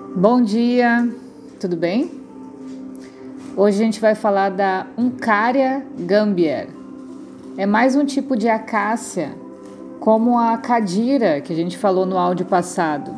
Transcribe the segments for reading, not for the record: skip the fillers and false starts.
Bom dia, tudo bem? Hoje a gente vai falar da Uncaria gambier. É mais um tipo de acácia, como a cadira que a gente falou no áudio passado.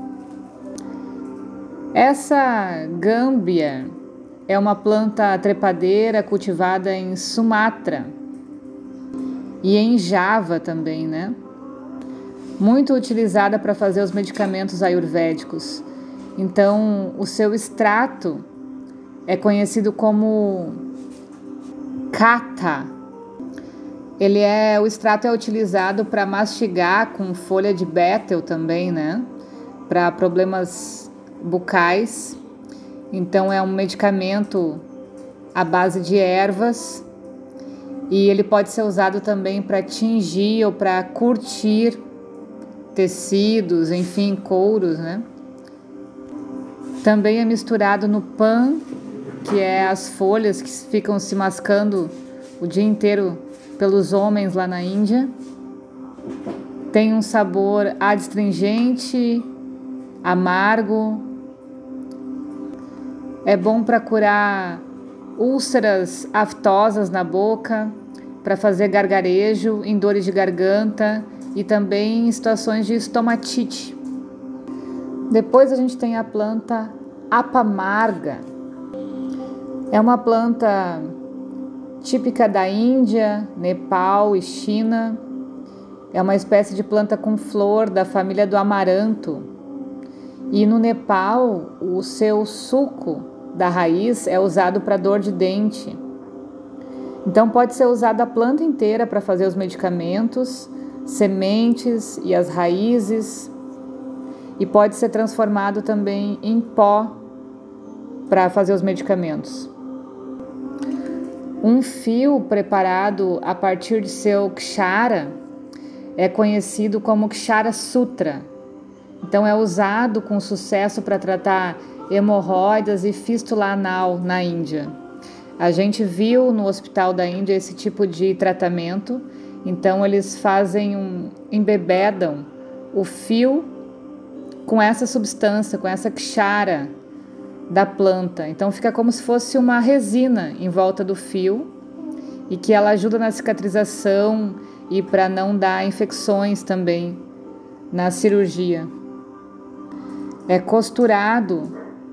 Essa gâmbia é uma planta trepadeira cultivada em Sumatra e em Java também, né? Muito utilizada para fazer os medicamentos ayurvédicos. Então, o seu extrato é conhecido como Katha. O extrato é utilizado para mastigar com folha de betel também, né? Para problemas bucais. Então, é um medicamento à base de ervas e ele pode ser usado também para tingir ou para curtir tecidos, enfim, couros, né? Também é misturado no pan, que é as folhas que ficam se mascando o dia inteiro pelos homens lá na Índia. Tem um sabor adstringente, amargo. É bom para curar úlceras aftosas na boca, para fazer gargarejo em dores de garganta e também em situações de estomatite. Depois a gente tem a planta apamarga. É uma planta típica da Índia, Nepal e China. É uma espécie de planta com flor da família do amaranto. E no Nepal, o seu suco da raiz é usado para dor de dente. Então pode ser usada a planta inteira para fazer os medicamentos, sementes e as raízes. E pode ser transformado também em pó para fazer os medicamentos. Um fio preparado a partir de seu kshara é conhecido como Kshara Sutra. Então é usado com sucesso para tratar hemorroidas e fístula anal na Índia. A gente viu no hospital da Índia esse tipo de tratamento. Então eles embebedam o fio com essa substância, com essa kshara da planta. Então fica como se fosse uma resina em volta do fio e que ela ajuda na cicatrização e para não dar infecções também na cirurgia. É costurado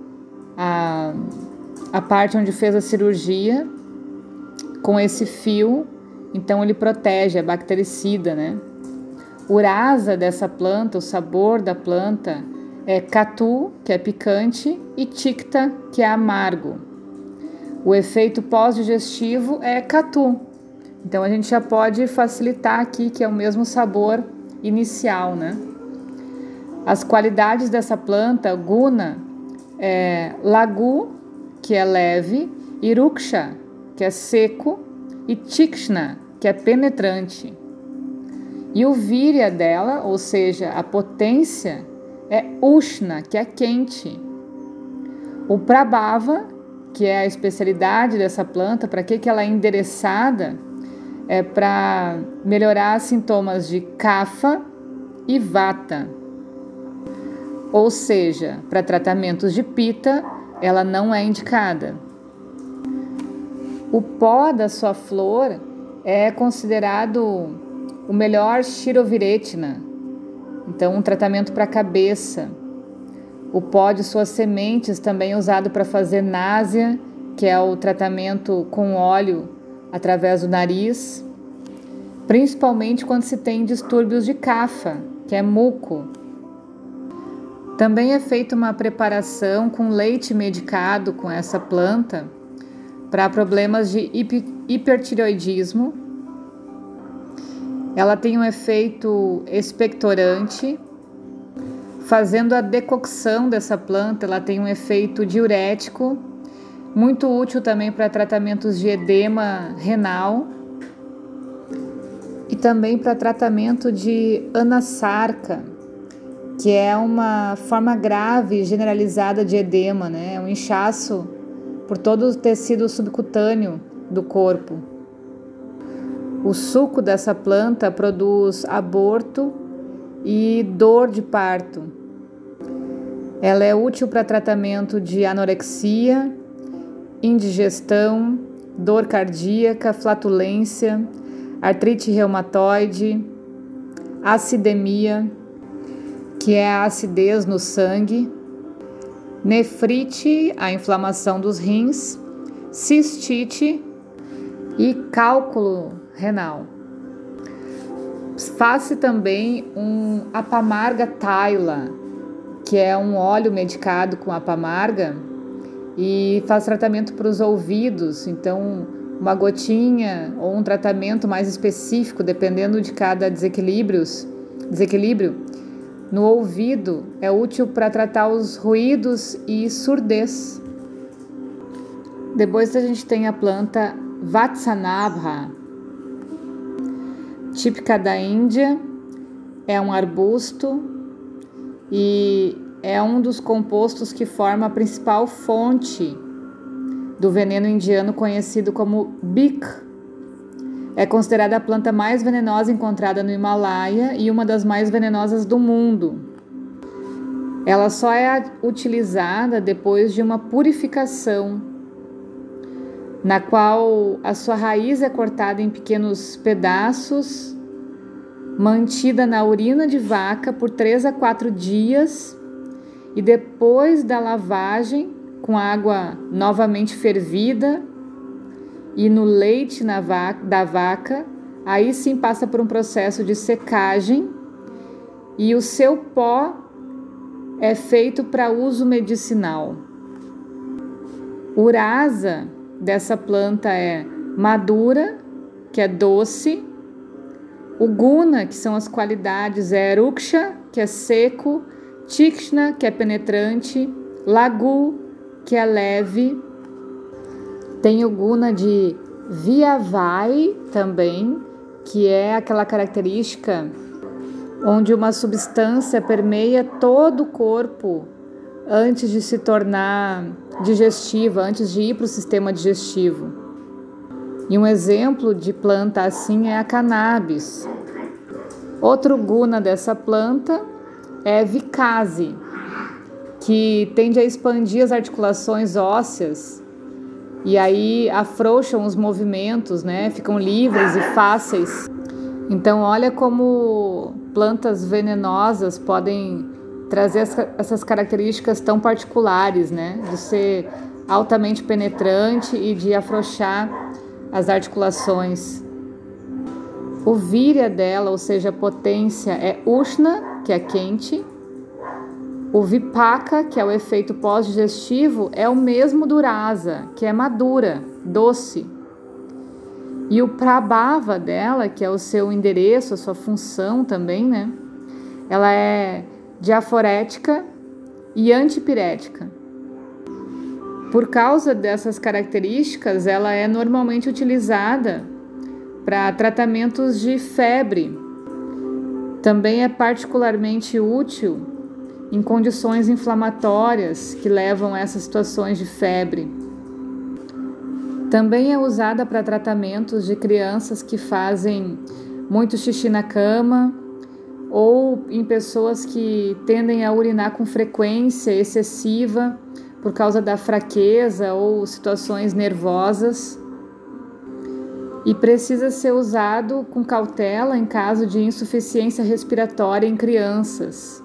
a parte onde fez a cirurgia com esse fio, então ele protege, é bactericida, né? O rasa dessa planta, o sabor da planta é katu, que é picante, e tikta, que é amargo. O efeito pós-digestivo é katu. Então a gente já pode facilitar aqui, que é o mesmo sabor inicial, né? As qualidades dessa planta, guna, é lagu, que é leve, e ruksha, que é seco, e tikshna, que é penetrante. E o virya dela, ou seja, a potência, é ushna, que é quente. O prabhava, que é a especialidade dessa planta, para que ela é endereçada, é para melhorar sintomas de kapha e vata. Ou seja, para tratamentos de pitta, ela não é indicada. O pó da sua flor é considerado o melhor Shiroviretna, então um tratamento para a cabeça. O pó de suas sementes também é usado para fazer náusea, que é o tratamento com óleo através do nariz, principalmente quando se tem distúrbios de kapha, que é muco. Também é feita uma preparação com leite medicado com essa planta para problemas de hipertireoidismo. Ela tem um efeito expectorante. Fazendo a decocção dessa planta, ela tem um efeito diurético, muito útil também para tratamentos de edema renal e também para tratamento de anasarca, que é uma forma grave generalizada de edema, né? É um inchaço por todo o tecido subcutâneo do corpo. O suco dessa planta produz aborto e dor de parto. Ela é útil para tratamento de anorexia, indigestão, dor cardíaca, flatulência, artrite reumatoide, acidemia, que é a acidez no sangue, nefrite, a inflamação dos rins, cistite e cálculo renal. Faz-se também um apamarga taila, que é um óleo medicado com apamarga e faz tratamento para os ouvidos, então uma gotinha ou um tratamento mais específico, dependendo de cada desequilíbrio, no ouvido é útil para tratar os ruídos e surdez. Depois a gente tem a planta Vatsanabha, típica da Índia, é um arbusto e é um dos compostos que forma a principal fonte do veneno indiano conhecido como Bik. É considerada a planta mais venenosa encontrada no Himalaia e uma das mais venenosas do mundo. Ela só é utilizada depois de uma purificação, na qual a sua raiz é cortada em pequenos pedaços, mantida na urina de vaca por 3 a 4 dias e depois da lavagem com água novamente fervida e no leite da vaca, aí sim passa por um processo de secagem e o seu pó é feito para uso medicinal. O rasa dessa planta é madura, que é doce. O guna, que são as qualidades, é ruksha, que é seco, tikshna, que é penetrante, lagu, que é leve. Tem o guna de vyavai também, que é aquela característica onde uma substância permeia todo o corpo antes de se tornar digestiva, antes de ir para o sistema digestivo. E um exemplo de planta assim é a cannabis. Outro guna dessa planta é vikase, que tende a expandir as articulações ósseas e aí afrouxam os movimentos, né? Ficam livres e fáceis. Então olha como plantas venenosas podem trazer essas características tão particulares, né? De ser altamente penetrante e de afrouxar as articulações. O vírya dela, ou seja, a potência, é ushna, que é quente. O vipaka, que é o efeito pós-digestivo, é o mesmo do rasa, que é madura, doce. E o prabhava dela, que é o seu endereço, a sua função também, né? Ela é diaforética e antipirética. Por causa dessas características, ela é normalmente utilizada para tratamentos de febre. Também é particularmente útil em condições inflamatórias que levam a essas situações de febre. Também é usada para tratamentos de crianças que fazem muito xixi na cama ou em pessoas que tendem a urinar com frequência excessiva por causa da fraqueza ou situações nervosas. E precisa ser usado com cautela em caso de insuficiência respiratória em crianças.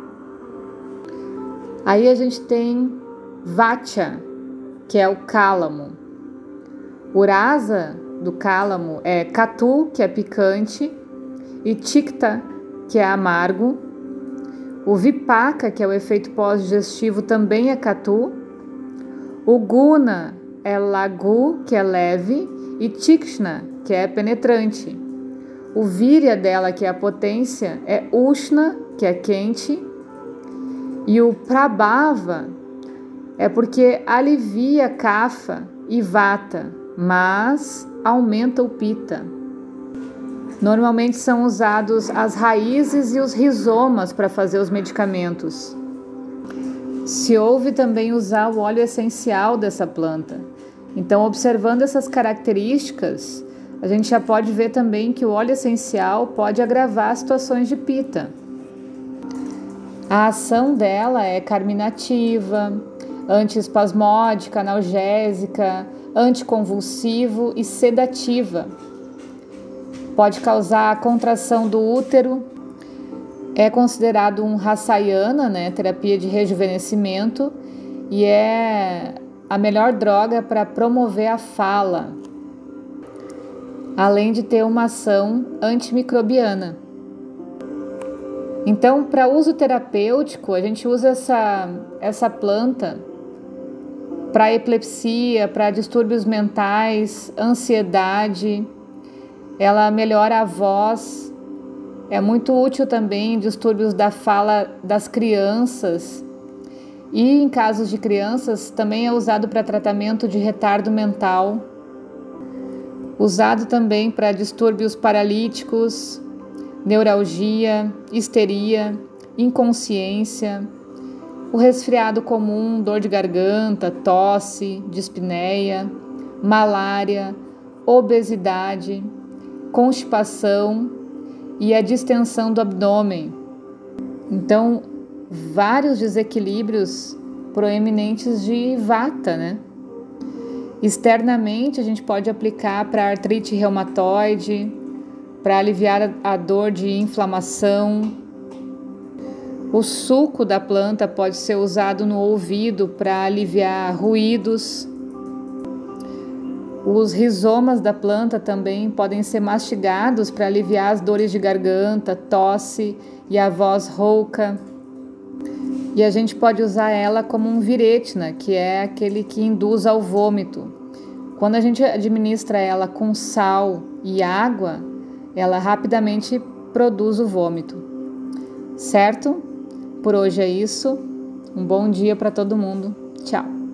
Aí a gente tem Vacha, que é o cálamo. O rasa do cálamo é Katu, que é picante, e Tikta, que é amargo. O vipaka, que é o efeito pós-digestivo, também é Katu. O guna é lagu, que é leve, e tikshna, que é penetrante. O vírya dela, que é a potência, é ushna, que é quente. E o prabhava é porque alivia kapha e vata, mas aumenta o pita. Normalmente são usados as raízes e os rizomas para fazer os medicamentos. Se ouve também usar o óleo essencial dessa planta. Então, observando essas características, a gente já pode ver também que o óleo essencial pode agravar situações de pita. A ação dela é carminativa, antiespasmódica, analgésica, anticonvulsivo e sedativa. Pode causar contração do útero. É considerado um Rasayana, né, terapia de rejuvenescimento, e é a melhor droga para promover a fala, além de ter uma ação antimicrobiana. Então, para uso terapêutico, a gente usa essa planta para epilepsia, para distúrbios mentais, ansiedade. Ela melhora a voz. É muito útil também em distúrbios da fala das crianças. E em casos de crianças, também é usado para tratamento de retardo mental. Usado também para distúrbios paralíticos, neuralgia, histeria, inconsciência, o resfriado comum, dor de garganta, tosse, dispneia, malária, obesidade, constipação e a distensão do abdômen. Então, vários desequilíbrios proeminentes de vata, né? Externamente, a gente pode aplicar para artrite reumatoide, para aliviar a dor de inflamação. O suco da planta pode ser usado no ouvido para aliviar ruídos. Os rizomas da planta também podem ser mastigados para aliviar as dores de garganta, tosse e a voz rouca. E a gente pode usar ela como um viretna, que é aquele que induz ao vômito. Quando a gente administra ela com sal e água, ela rapidamente produz o vômito. Certo? Por hoje é isso. Um bom dia para todo mundo. Tchau!